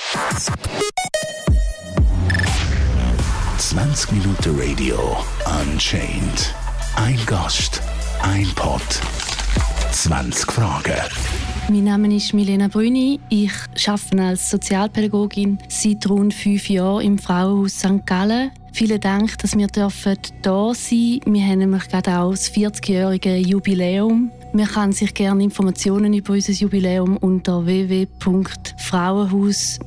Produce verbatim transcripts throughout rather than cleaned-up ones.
zwanzig Minuten Radio Unchained. Ein Gast, ein Pod, zwanzig Fragen. Mein Name ist Milena Brüni. Ich arbeite als Sozialpädagogin seit rund fünf Jahren im Frauenhaus Sankt Gallen. Vielen Dank, dass wir hier sein dürfen. Wir haben nämlich gerade auch das vierzigjährige Jubiläum. Man kann sich gerne Informationen über unser Jubiläum unter w w w punkt frauenhaus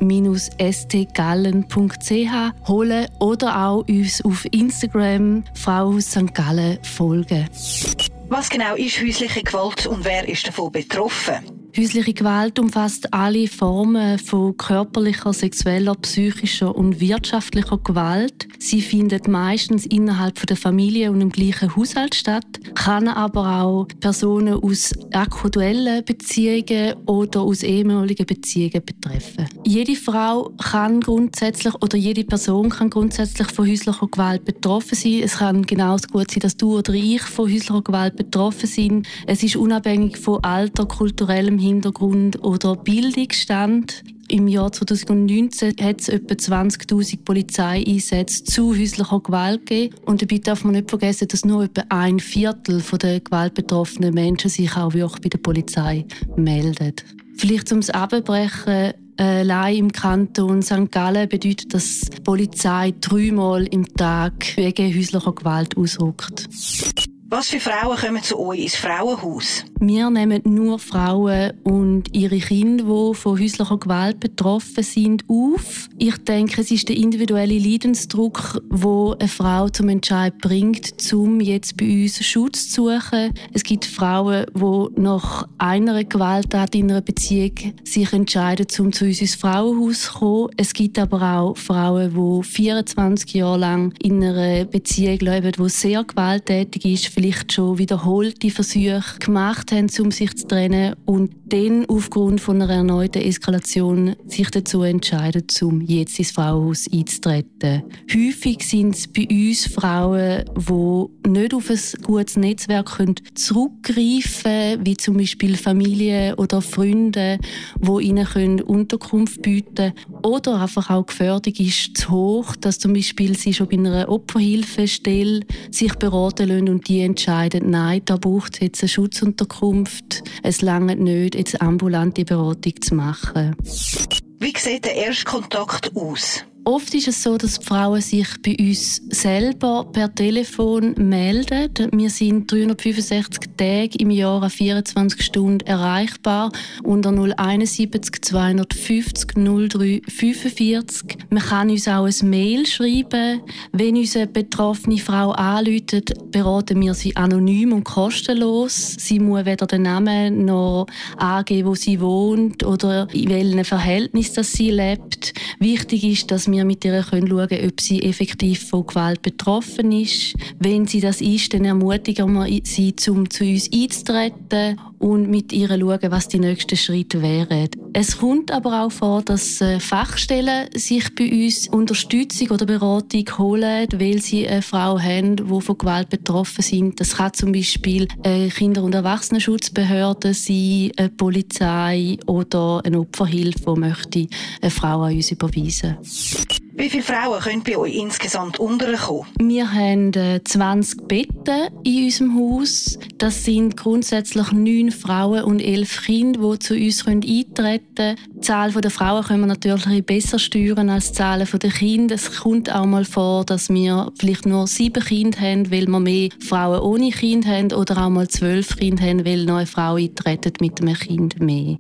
s t gallen punkt c h holen oder auch uns auf Instagram Frauenhaus Sankt Gallen folgen. Was genau ist häusliche Gewalt und wer ist davon betroffen? Häusliche Gewalt umfasst alle Formen von körperlicher, sexueller, psychischer und wirtschaftlicher Gewalt. Sie findet meistens innerhalb der Familie und im gleichen Haushalt statt, kann aber auch Personen aus aktuellen Beziehungen oder aus ehemaligen Beziehungen betreffen. Jede Frau kann grundsätzlich oder jede Person kann grundsätzlich von häuslicher Gewalt betroffen sein. Es kann genauso gut sein, dass du oder ich von häuslicher Gewalt betroffen sind. Es ist unabhängig von Alter, kulturellem Hintergrund oder Bildungsstand. Im Jahr zweitausendneunzehn hat es etwa zwanzigtausend Polizeieinsätze zu häuslicher Gewalt gegeben. Und dabei darf man nicht vergessen, dass nur etwa ein Viertel der gewaltbetroffenen Menschen sich auch wirklich bei der Polizei meldet. Vielleicht zum Abbrechen. Allein im Kanton Sankt Gallen bedeutet, dass die Polizei dreimal im Tag wegen häuslicher Gewalt ausrückt. Was für Frauen kommen zu euch ins Frauenhaus? Wir nehmen nur Frauen und ihre Kinder, die von häuslicher Gewalt betroffen sind, auf. Ich denke, es ist der individuelle Leidensdruck, der eine Frau zum Entscheid bringt, um jetzt bei uns Schutz zu suchen. Es gibt Frauen, die nach einer Gewalttat in einer Beziehung sich entscheiden, um zu uns ins Frauenhaus zu kommen. Es gibt aber auch Frauen, die vierundzwanzig Jahre lang in einer Beziehung leben, die sehr gewalttätig ist, vielleicht schon wiederholte Versuche gemacht haben, um sich zu trennen und dann aufgrund von einer erneuten Eskalation sich dazu entscheiden, um jetzt ins Frauenhaus einzutreten. Häufig sind es bei uns Frauen, die nicht auf ein gutes Netzwerk zurückgreifen können, wie zum Beispiel Familie oder Freunde, die ihnen Unterkunft bieten können. Oder einfach auch die Gefährdung ist zu hoch, dass zum Beispiel sie schon bei einer Opferhilfestelle sich beraten lassen und die entscheiden, nein, da braucht es jetzt eine Schutzunterkunft, es reicht nicht, jetzt ambulante Beratung zu machen. Wie sieht der Erstkontakt aus? Oft ist es so, dass die Frauen sich bei uns selber per Telefon melden. Wir sind dreihundertfünfundsechzig Tage im Jahr an vierundzwanzig Stunden erreichbar unter null einundsiebzig zweihundertfünfzig null drei fünfundvierzig. Man kann uns auch ein Mail schreiben. Wenn uns eine betroffene Frau anruft, beraten wir sie anonym und kostenlos. Sie muss weder den Namen noch angeben, wo sie wohnt oder in welchem Verhältnis das sie lebt. Wichtig ist, dass wir mit ihr schauen können, ob sie effektiv von Gewalt betroffen ist. Wenn sie das ist, dann ermutigen wir sie, um zu uns einzutreten und mit ihr schauen, was die nächsten Schritte wären. Es kommt aber auch vor, dass Fachstellen sich bei uns Unterstützung oder Beratung holen, weil sie eine Frau haben, die von Gewalt betroffen sind. Das kann zum Beispiel eine Kinder- und Erwachsenenschutzbehörde sein, eine Polizei oder eine Opferhilfe, die möchte eine Frau an uns überweisen. Wie viele Frauen können bei euch insgesamt unterkommen? Wir haben zwanzig Betten in unserem Haus. Das sind grundsätzlich neun Frauen und elf Kinder, die zu uns eintreten können. Die Zahl der Frauen können wir natürlich besser steuern als die Zahl der Kinder. Es kommt auch mal vor, dass wir vielleicht nur sieben Kinder haben, weil wir mehr Frauen ohne Kind haben, oder auch mal zwölf Kinder haben, weil noch eine Frau eintritt mit einem Kind mehr.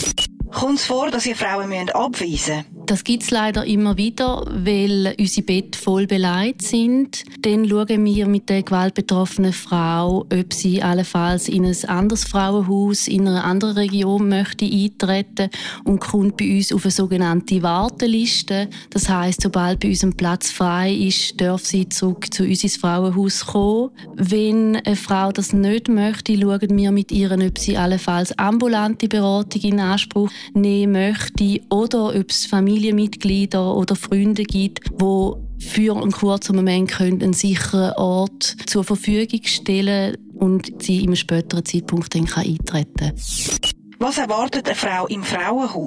Kommt es vor, dass ihr Frauen abweisen müsst? Das gibt es leider immer wieder, weil unsere Betten voll beleidigt sind. Dann schauen wir mit der gewaltbetroffenen Frau, ob sie allenfalls in ein anderes Frauenhaus in einer anderen Region möchte eintreten und kommt bei uns auf eine sogenannte Warteliste. Das heisst, sobald bei uns ein Platz frei ist, darf sie zurück zu uns ins Frauenhaus kommen. Wenn eine Frau das nicht möchte, schauen wir mit ihr, ob sie allenfalls ambulante Beratung in Anspruch nehmen möchte oder ob es Familienmitglieder oder Freunde gibt, die für einen kurzen Moment einen sicheren Ort zur Verfügung stellen und sie in einem späteren Zeitpunkt dann eintreten kann. Was erwartet eine Frau im Frauenhaus?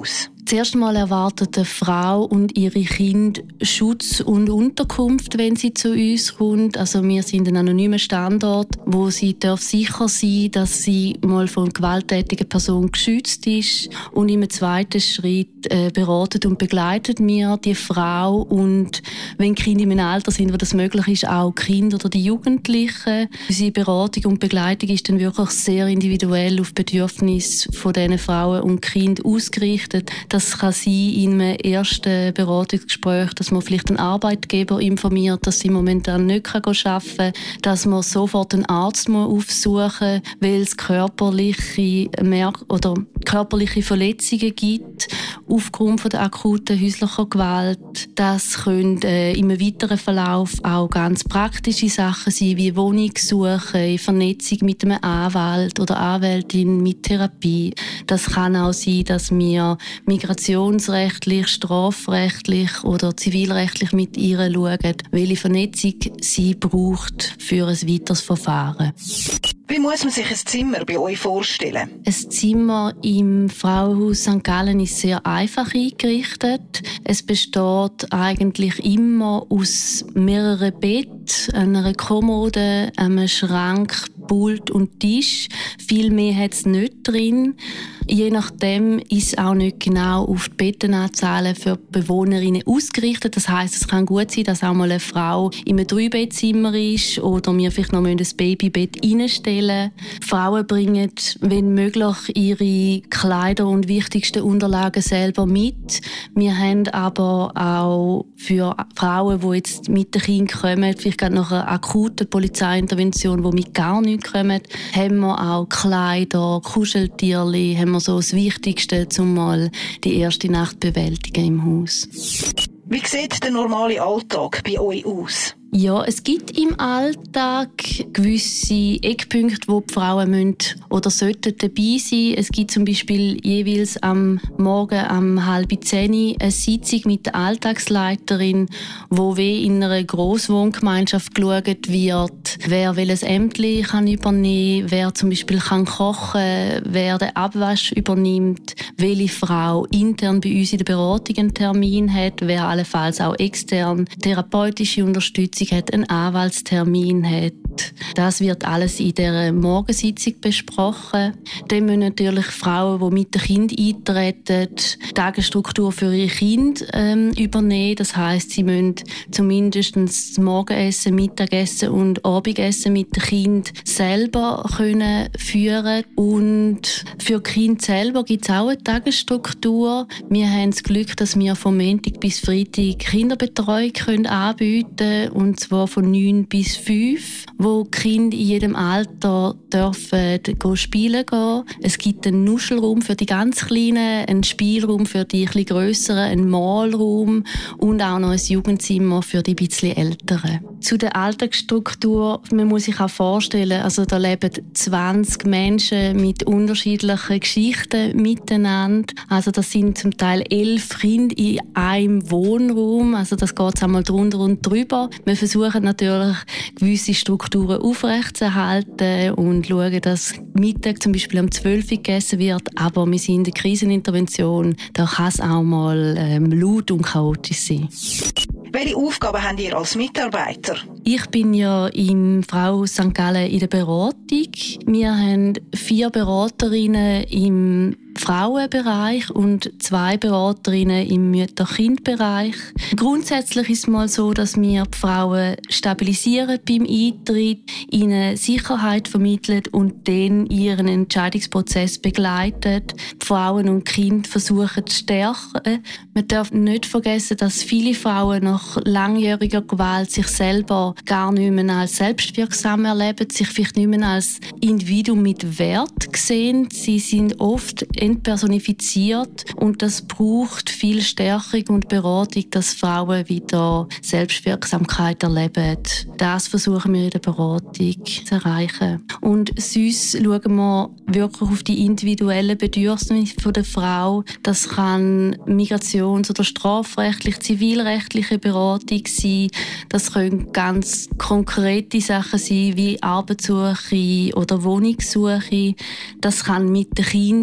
Zuerst einmal erwartet eine Frau und ihre Kinder Schutz und Unterkunft, wenn sie zu uns kommt. Also wir sind ein anonymer Standort, wo sie darf sicher sein, dass sie mal von einer gewalttätigen Person geschützt ist. Und im zweiten Schritt äh, beraten und begleiten wir die Frau. Und wenn Kinder in einem Alter sind, wo das möglich ist, auch die Kinder oder die Jugendlichen. Unsere Beratung und Begleitung ist dann wirklich sehr individuell auf Bedürfnisse von diesen Frauen und Kindern ausgerichtet. Das kann sein in einem ersten Beratungsgespräch, dass man vielleicht einen Arbeitgeber informiert, dass sie momentan nicht arbeiten kann, dass man sofort einen Arzt aufsuchen muss, weil es körperliche, Merk- oder körperliche Verletzungen gibt aufgrund von der akuten häuslichen Gewalt. Das können äh, im weiteren Verlauf auch ganz praktische Sachen sein, wie Wohnungssuche, Vernetzung mit einem Anwalt oder Anwältin mit Therapie. Das kann auch sein, dass wir migrationsrechtlich, strafrechtlich oder zivilrechtlich mit ihr schauen, welche Vernetzung sie braucht für ein weiteres Verfahren. Wie muss man sich ein Zimmer bei euch vorstellen? Ein Zimmer im Frauenhaus Sankt Gallen ist sehr einfach eingerichtet. Es besteht eigentlich immer aus mehreren Betten, einer Kommode, einem Schrank, Pult und Tisch. Viel mehr hat es nicht drin. Je nachdem ist es auch nicht genau auf die Bettenanzahlen für die Bewohnerinnen ausgerichtet. Das heisst, es kann gut sein, dass auch mal eine Frau in einem Dreibettzimmer ist oder wir vielleicht noch ein Babybett reinstellen. Frauen bringen, wenn möglich, ihre Kleider und wichtigsten Unterlagen selber mit. Wir haben aber auch für Frauen, die jetzt mit den Kindern kommen, vielleicht gerade nach einer akuten Polizeiintervention, die mit gar nichts kommen, haben wir auch Kleider, Kuscheltierchen, haben wir so das Wichtigste, um mal die erste Nacht bewältigen im Haus. Wie sieht der normale Alltag bei euch aus? Ja, es gibt im Alltag gewisse Eckpunkte, wo die Frauen müssen oder sollten dabei sein. Es gibt zum Beispiel jeweils am Morgen um halb zehn eine Sitzung mit der Alltagsleiterin, wo wie in einer Grosswohngemeinschaft geschaut wird, wer welches Ämtli kann übernehmen, wer zum Beispiel kann kochen, wer den Abwasch übernimmt, welche Frau intern bei uns in der Beratung einen Termin hat, wer allenfalls auch extern therapeutische Unterstützung hat, einen Anwaltstermin hat. Das wird alles in dieser Morgensitzung besprochen. Dann müssen natürlich Frauen, die mit dem Kind eintreten, die Tagesstruktur für ihre Kinder ähm, übernehmen. Das heisst, sie müssen zumindest das Morgenessen, Mittagessen und Abendessen mit dem Kind selber können führen. Und für die Kinder selber gibt es auch eine Tagesstruktur. Wir haben das Glück, dass wir von Montag bis Freitag Kinderbetreuung können anbieten können, und zwar von neun bis fünf, wo die Kinder in jedem Alter dürfen gehen spielen gehen. Es gibt einen Nuschelraum für die ganz Kleinen, einen Spielraum für die etwas grösseren, einen Malraum und auch noch ein Jugendzimmer für die etwas Älteren. Zu der Alltagsstruktur, man muss sich auch vorstellen, also da leben zwanzig Menschen mit unterschiedlichen Geschichten miteinander. Also das sind zum Teil elf Kinder in einem Wohnraum, also das geht einmal drunter und drüber. Wir versuchen natürlich gewisse Strukturen aufrechtzuerhalten und schauen, dass Mittag zum Beispiel um zwölf Uhr gegessen wird, aber wir sind in der Krisenintervention, da kann es auch mal ähm, laut und chaotisch sein. Welche Aufgaben habt ihr als Mitarbeiter? Ich bin ja im Frauenhaus Sankt Gallen in der Beratung. Wir haben vier Beraterinnen im Frauenbereich und zwei Beraterinnen im Mütter-Kind-Bereich. Grundsätzlich ist es mal so, dass wir die Frauen stabilisieren beim Eintritt, ihnen Sicherheit vermitteln und dann ihren Entscheidungsprozess begleiten. Die Frauen und Kinder versuchen zu stärken. Man darf nicht vergessen, dass viele Frauen nach langjähriger Gewalt sich selber gar nicht mehr als selbstwirksam erleben, sich vielleicht nicht mehr als Individuum mit Wert sehen. Sie sind oft entpersonifiziert und das braucht viel Stärkung und Beratung, dass Frauen wieder Selbstwirksamkeit erleben. Das versuchen wir in der Beratung zu erreichen. Und sonst schauen wir wirklich auf die individuellen Bedürfnisse der Frau. Das kann migrations- oder strafrechtlich, zivilrechtliche Beratung sein. Das können ganz konkrete Sachen sein, wie Arbeitssuche oder Wohnungssuche. Das kann mit den Kindern sein,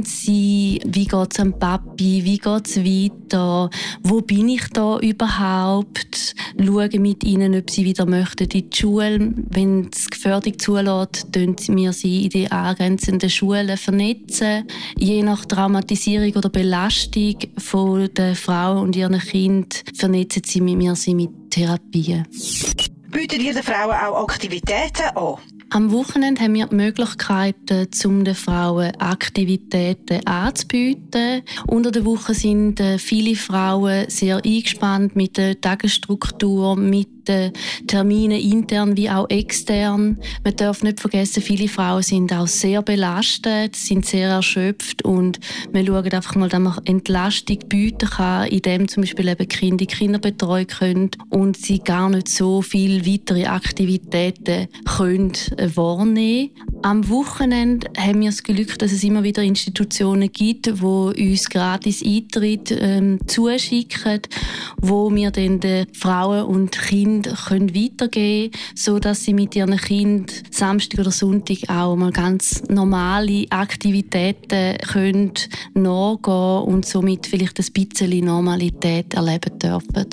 sein, wie geht es am Papi, wie geht es weiter, wo bin ich da überhaupt, schauen mit ihnen, ob sie wieder möchten in die Schule. Wenn es die Gefährdung zulässt, tun wir sie in die angrenzenden Schulen vernetzen. Je nach Traumatisierung oder Belastung von der Frau und ihren Kind vernetzen sie mit mir sie mit Therapien. Bietet ihr den Frauen auch Aktivitäten an? Am Wochenende haben wir die Möglichkeit, um den Frauen Aktivitäten anzubieten. Unter der Woche sind viele Frauen sehr eingespannt mit der Tagesstruktur, mit den Terminen intern wie auch extern. Man darf nicht vergessen, viele Frauen sind auch sehr belastet, sind sehr erschöpft und wir schauen einfach mal, dass man Entlastung bieten kann, indem zum Beispiel eben Kinder die Kinder betreuen können und sie gar nicht so viele weitere Aktivitäten können wahrnehmen. Am Wochenende haben wir das Glück, dass es immer wieder Institutionen gibt, die uns gratis Eintritt ähm, zuschicken, wo wir dann den Frauen und Kindern können weitergeben können, sodass sie mit ihren Kindern Samstag oder Sonntag auch mal ganz normale Aktivitäten können nachgehen und somit vielleicht ein bisschen Normalität erleben dürfen.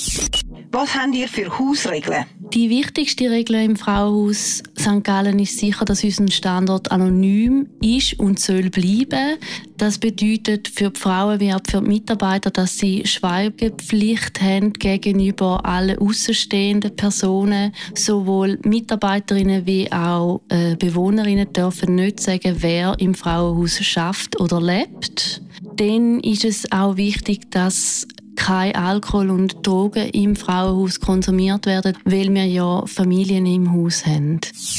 Was habt ihr für Hausregeln? Die wichtigste Regel im Frauenhaus Sankt Gallen ist sicher, dass unser Standort anonym ist und soll bleiben. Das bedeutet für die Frauen wie auch für die Mitarbeiter, dass sie Schweigepflicht haben gegenüber allen außenstehenden Personen. Sowohl Mitarbeiterinnen wie auch äh, Bewohnerinnen dürfen nicht sagen, wer im Frauenhaus schafft oder lebt. Dann ist es auch wichtig, dass kein Alkohol und Drogen im Frauenhaus konsumiert werden, weil wir ja Familien im Haus haben.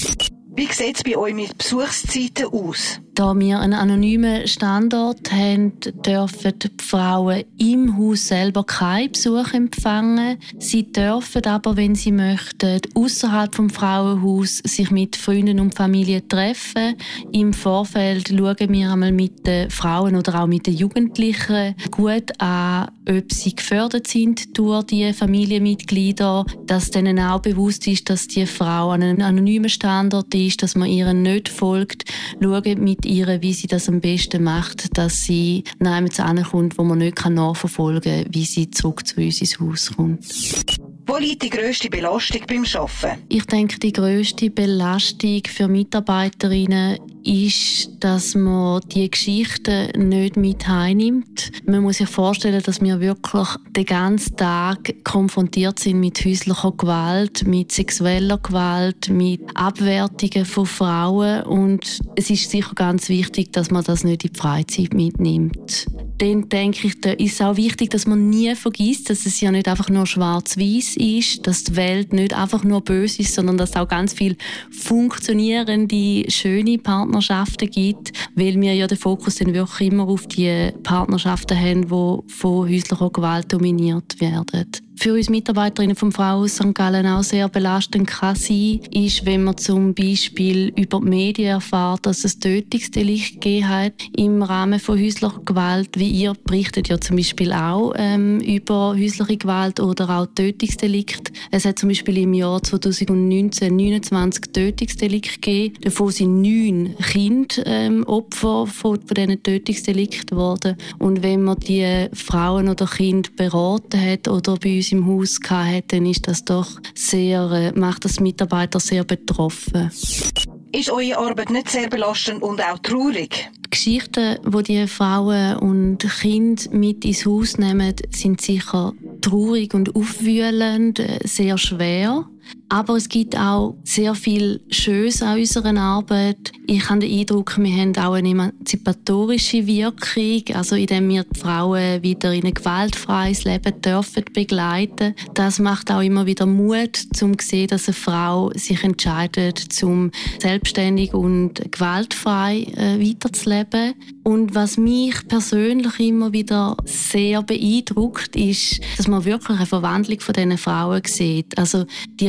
Wie sieht es bei euch mit Besuchszeiten aus? Da wir einen anonymen Standort haben, dürfen die Frauen im Haus selber keinen Besuch empfangen. Sie dürfen aber, wenn sie möchten, außerhalb vom Frauenhaus sich mit Freunden und Familien treffen. Im Vorfeld schauen wir einmal mit den Frauen oder auch mit den Jugendlichen gut an, ob sie gefördert sind durch die Familienmitglieder, dass denen auch bewusst ist, dass die Frau an einem anonymen Standort ist, dass man ihr nicht folgt, schauen mit ihr, wie sie das am besten macht, dass sie nirgends ankommt, wo man nicht nachverfolgen kann, wie sie zurück zu uns ins Haus kommt. Wo liegt die grösste Belastung beim Arbeiten? Ich denke, die grösste Belastung für Mitarbeiterinnen ist, dass man die Geschichten nicht mit heimnimmt. Man muss sich vorstellen, dass wir wirklich den ganzen Tag konfrontiert sind mit häuslicher Gewalt, mit sexueller Gewalt, mit Abwertungen von Frauen. Und es ist sicher ganz wichtig, dass man das nicht in die Freizeit mitnimmt. Dann denke ich, da ist es auch wichtig, dass man nie vergisst, dass es ja nicht einfach nur schwarz-weiß ist, dass die Welt nicht einfach nur böse ist, sondern dass es auch ganz viele funktionierende, schöne Partnerschaften gibt, weil wir ja den Fokus dann wirklich immer auf die Partnerschaften haben, die von häuslicher Gewalt dominiert werden. Für uns Mitarbeiterinnen vom Frauenhaus Sankt Gallen auch sehr belastend kann sein, ist, wenn man zum Beispiel über die Medien erfährt, dass es Tötungsdelikt gegeben hat im Rahmen von häuslicher Gewalt. Wie ihr berichtet ja zum Beispiel auch ähm, über häusliche Gewalt oder auch Tötungsdelikt. Es hat zum Beispiel im Jahr zweitausendneunzehn neunundzwanzig Tötungsdelikte gegeben. Davon sind neun Kinder ähm, Opfer von, von diesen Tötungsdelikten geworden. Und wenn man die Frauen oder Kinder beraten hat oder bei uns im Haus hatte, dann ist das doch sehr, äh, macht das Mitarbeiter sehr betroffen. Ist eure Arbeit nicht sehr belastend und auch traurig? Die Geschichten, die die Frauen und Kinder mit ins Haus nehmen, sind sicher traurig und aufwühlend, sehr schwer. Aber es gibt auch sehr viel Schönes an unserer Arbeit. Ich habe den Eindruck, wir haben auch eine emanzipatorische Wirkung, also indem wir die Frauen wieder in ein gewaltfreies Leben dürfen begleiten. Das macht auch immer wieder Mut, um zu sehen, dass eine Frau sich entscheidet, um selbstständig und gewaltfrei äh, weiterzuleben. Und was mich persönlich immer wieder sehr beeindruckt, ist, dass man wirklich eine Verwandlung von diesen Frauen sieht. Also die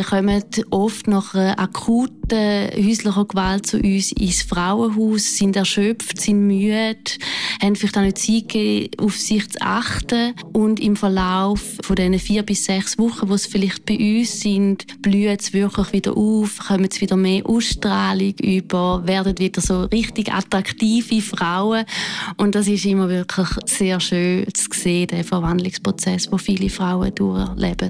kommen oft nach einer akuten häuslicher Gewalt zu uns ins Frauenhaus, sind erschöpft, sind müde, haben vielleicht auch nicht Zeit gegeben, auf sich zu achten. Und im Verlauf von diesen vier bis sechs Wochen, wo es vielleicht bei uns sind, blühen sie wirklich wieder auf, kommen sie wieder mehr Ausstrahlung über, werden wieder so richtig attraktive Frauen. Und das ist immer wirklich sehr schön zu sehen, der Verwandlungsprozess, den viele Frauen durchleben.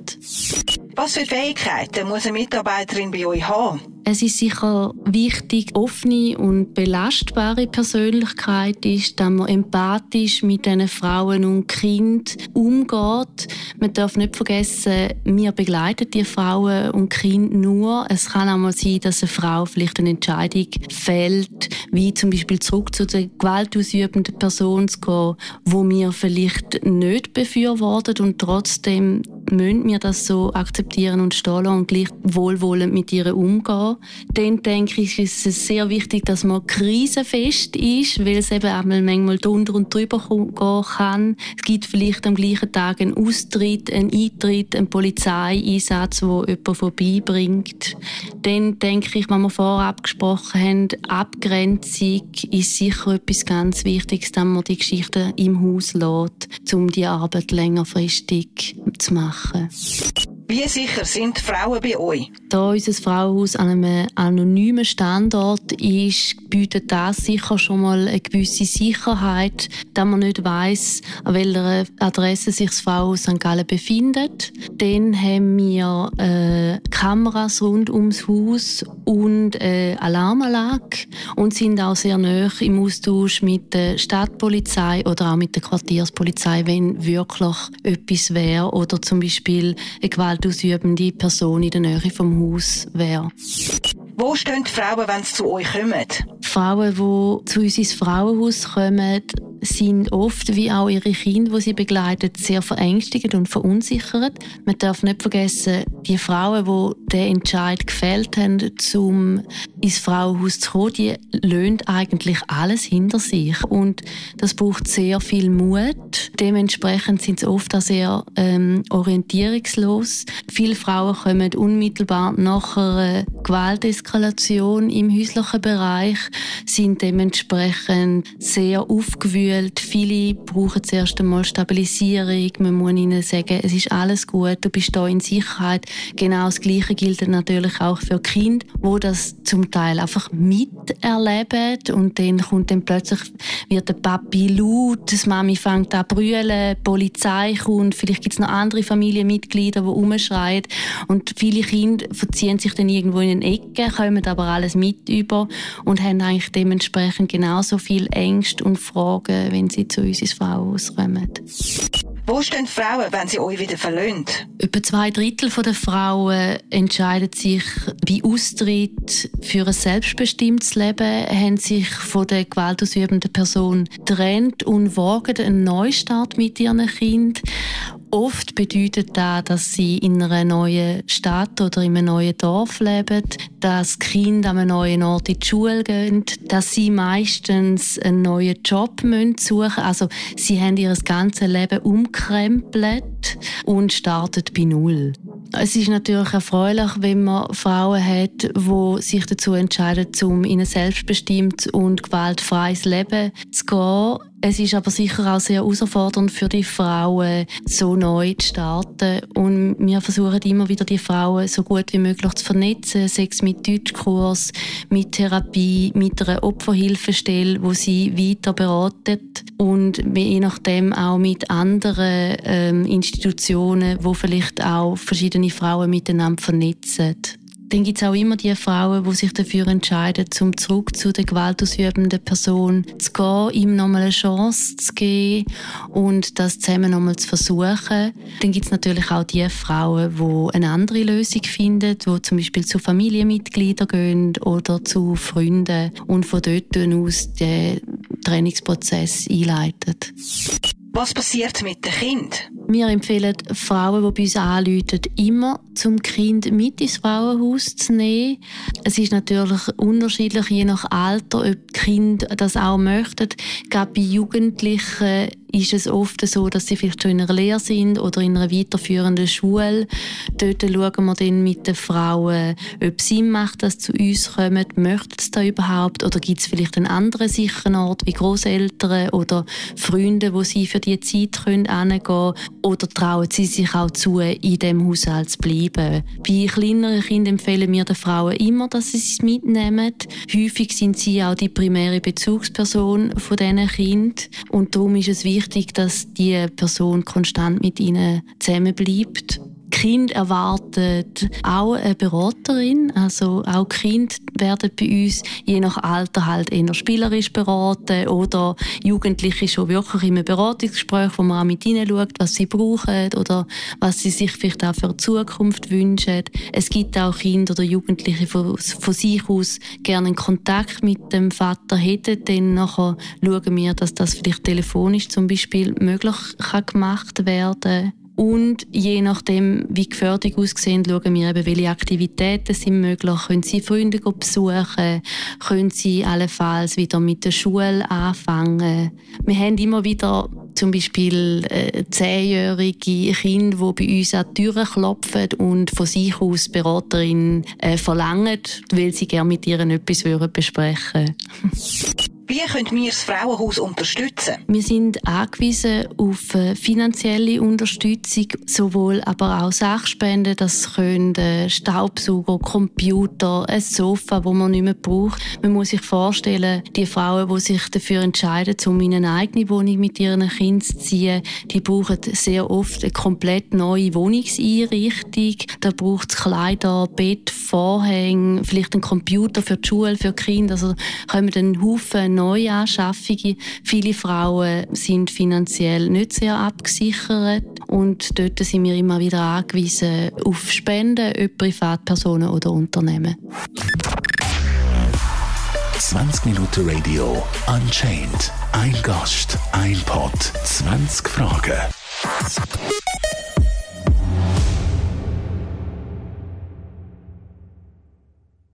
Was für Fähigkeiten muss eine Mitarbeiterin bei euch haben? Es ist sicher wichtig, offene und belastbare Persönlichkeit ist, dass man empathisch mit diesen Frauen und Kindern umgeht. Man darf nicht vergessen, wir begleiten die Frauen und Kinder nur. Es kann auch mal sein, dass eine Frau vielleicht eine Entscheidung fällt, wie zum Beispiel zurück zu der gewaltausübenden Person zu gehen, wo wir vielleicht nicht befürworten, und trotzdem müssen wir das so akzeptieren und stehen lassen und gleich wohlwollend mit ihr umgehen. Dann denke ich, ist es sehr wichtig, dass man krisenfest ist, weil es eben auch manchmal drunter und drüber gehen kann. Es gibt vielleicht am gleichen Tag einen Austritt, einen Eintritt, einen Polizeieinsatz, wo jemand vorbeibringt. Dann denke ich, was wir vorher abgesprochen haben, Abgrenzung ist sicher etwas ganz Wichtiges, dass man die Geschichte im Haus lässt, um die Arbeit längerfristig zu machen. Wie sicher sind Frauen bei euch? Da unser Frauenhaus an einem anonymen Standort ist, bietet das sicher schon mal eine gewisse Sicherheit, da man nicht weiss, an welcher Adresse sich das Frauenhaus Sankt Gallen befindet. Dann haben wir äh, Kameras rund ums Haus und eine Alarmanlage und sind auch sehr nahe im Austausch mit der Stadtpolizei oder auch mit der Quartierspolizei, wenn wirklich etwas wäre oder zum Beispiel eine gewaltausübende Person in der Nähe vom Haus wäre. Wo stehen die Frauen, wenn sie zu euch kommen? Frauen, die zu uns ins Frauenhaus kommen, sind oft, wie auch ihre Kinder, die sie begleiten, sehr verängstigt und verunsichert. Man darf nicht vergessen, die Frauen, die den Entscheid gefällt haben, um ins Frauenhaus zu kommen, die lassen eigentlich alles hinter sich. Und das braucht sehr viel Mut. Dementsprechend sind sie oft auch sehr ähm, orientierungslos. Viele Frauen kommen unmittelbar nach einer Gewalteskalation im häuslichen Bereich, sind dementsprechend sehr aufgewühlt. Viele brauchen zuerst einmal Stabilisierung. Man muss ihnen sagen, es ist alles gut, du bist hier in Sicherheit. Genau das Gleiche gilt natürlich auch für Kinder, die das zum Teil einfach miterleben. Und dann kommt dann plötzlich, wird der Papi laut, die Mami fängt an zu brüllen, die Polizei kommt, vielleicht gibt es noch andere Familienmitglieder, die rumschreien. Und viele Kinder verziehen sich dann irgendwo in eine Ecke, kommen aber alles mit über und haben eigentlich dementsprechend genauso viel Ängste und Fragen, wenn sie zu uns ins Frauenhaus kommen. Wo stehen die Frauen, wenn sie euch wieder verlassen? Etwa zwei Drittel der Frauen entscheiden sich bei Austritt für ein selbstbestimmtes Leben, haben sich von der gewaltausübenden Person getrennt und wagen einen Neustart mit ihren Kindern. Oft bedeutet das, dass sie in einer neuen Stadt oder in einem neuen Dorf leben, dass die Kinder an einem neuen Ort in die Schule gehen, dass sie meistens einen neuen Job suchen müssen. Also sie haben ihr ganzes Leben umkrempelt und starten bei Null. Es ist natürlich erfreulich, wenn man Frauen hat, die sich dazu entscheiden, um in ein selbstbestimmtes und gewaltfreies Leben zu gehen. Es ist aber sicher auch sehr herausfordernd für die Frauen, so neu zu starten. Und wir versuchen immer wieder, die Frauen so gut wie möglich zu vernetzen, sei es mit Deutschkurs, mit Therapie, mit einer Opferhilfestelle, wo sie weiter beraten und je nachdem auch mit anderen ähm, Institutionen, wo vielleicht auch verschiedene Frauen miteinander vernetzen. Dann gibt es auch immer die Frauen, die sich dafür entscheiden, um zurück zu der gewaltausübenden Person zu gehen, ihm nochmal eine Chance zu geben und das zusammen nochmal zu versuchen. Dann gibt es natürlich auch die Frauen, die eine andere Lösung finden, die zum Beispiel zu Familienmitgliedern gehen oder zu Freunden und von dort aus den Trainingsprozess einleiten. Was passiert mit dem Kind? Wir empfehlen Frauen, die bei uns anrufen, immer zum Kind mit ins Frauenhaus zu nehmen. Es ist natürlich unterschiedlich, je nach Alter, ob die Kinder das auch möchten. Gerade bei Jugendlichen ist es oft so, dass sie vielleicht schon in einer Lehre sind oder in einer weiterführenden Schule. Dort schauen wir dann mit den Frauen, ob es Sinn macht, dass sie zu uns kommen. Möchten sie da überhaupt? Oder gibt es vielleicht einen anderen sicheren Ort wie Grosseltern oder Freunde, wo sie für die Zeit hingehen können? Oder trauen sie sich auch zu, in diesem Haushalt zu bleiben? Bei kleineren Kindern empfehlen wir den Frauen immer, dass sie es mitnehmen. Häufig sind sie auch die primäre Bezugsperson von diesen Kindern. Und darum ist es wichtig, dass die Person konstant mit ihnen zusammenbleibt. Die Kinder erwarten auch eine Beraterin. Also auch die Kinder werden bei uns je nach Alter halt eher spielerisch beraten oder Jugendliche schon wirklich in einem Beratungsgespräch, wo man auch mit ihnen schaut, was sie brauchen oder was sie sich vielleicht auch für die Zukunft wünschen. Es gibt auch Kinder oder Jugendliche, die von, von sich aus gerne einen Kontakt mit dem Vater hätten. Dann nachher schauen wir, dass das vielleicht telefonisch zum Beispiel möglich kann gemacht werden kann. Und je nachdem, wie die Förderung aussieht, schauen wir eben, welche Aktivitäten sind möglich. Können Sie Freunde besuchen? Können Sie allenfalls wieder mit der Schule anfangen? Wir haben immer wieder zum Beispiel äh, zehnjährige Kinder, die bei uns an die Türen klopfen und von sich aus Beraterin äh, verlangen, weil sie gerne mit ihnen etwas besprechen würden. Wie können wir das Frauenhaus unterstützen? Wir sind angewiesen auf finanzielle Unterstützung, sowohl aber auch Sachspenden. Das können Staubsauger, Computer, ein Sofa, das man nicht mehr braucht. Man muss sich vorstellen, die Frauen, die sich dafür entscheiden, um in eine eigene Wohnung mit ihren Kindern zu ziehen, die brauchen sehr oft eine komplett neue Wohnungseinrichtung. Da braucht es Kleider, Bett, Vorhänge, vielleicht einen Computer für die Schule, für die Kinder. Also kommen einen Haufen Neuanschaffungen. Viele Frauen sind finanziell nicht sehr abgesichert und dort sind wir immer wieder angewiesen auf Spenden, ob Privatpersonen oder Unternehmen. zwanzig Minuten Radio Unchained. Ein Gast, ein Pod, zwanzig Fragen.